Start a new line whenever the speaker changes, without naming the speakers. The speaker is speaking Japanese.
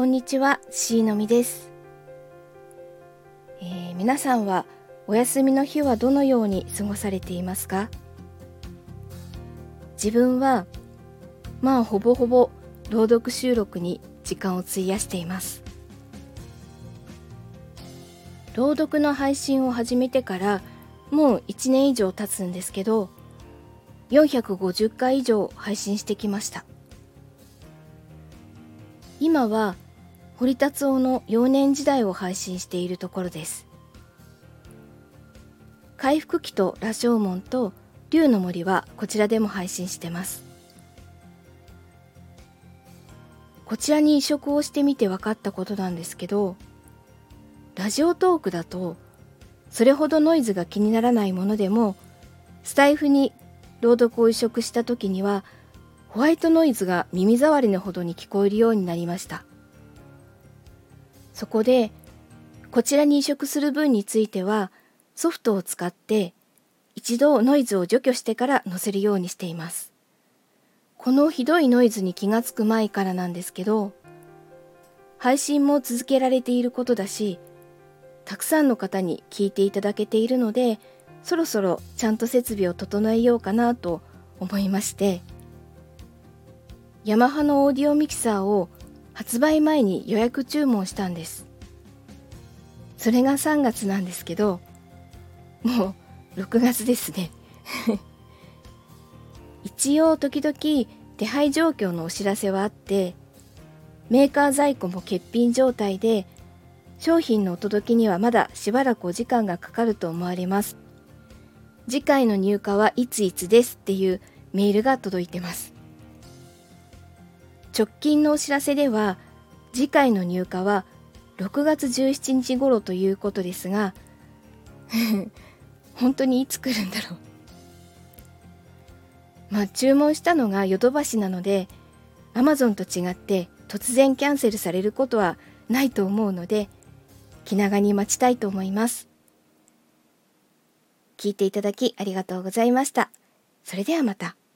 んにちは、しーのみです。皆さんはお休みの日はどのように過ごされていますか？自分はほぼほぼ朗読収録に時間を費やしています。朗読の配信を始めてからもう1年以上経つんですけど、450回以上配信してきました。今は堀達夫の幼年時代を配信しているところです。回復記と羅生門と龍の森はこちらでも配信してます。こちらに移植をしてみて分かったことなんですけど、ラジオトークだとそれほどノイズが気にならないものでも、スタイフに朗読を移植した時にはホワイトノイズが耳障りのほどに聞こえるようになりました。そこでこちらに移植する分についてはソフトを使って一度ノイズを除去してから載せるようにしています。このひどいノイズに気がつく前からなんですけど、配信も続けられていることだし、たくさんの方に聞いていただけているので、そろそろちゃんと設備を整えようかなと思いまして、ヤマハのオーディオミキサーを発売前に予約注文したんです。それが3月なんですけど、もう6月ですね。一応時々手配状況のお知らせはあって、メーカー在庫も欠品状態で、商品のお届けにはまだしばらくお時間がかかると思われます。次回の入荷はいついつですっていうメールが届いてます。直近のお知らせでは、次回の入荷は6月17日頃ということですが、本当にいつ来るんだろう。注文したのがヨドバシなので、Amazon と違って突然キャンセルされることはないと思うので、気長に待ちたいと思います。聞いていただきありがとうございました。それではまた。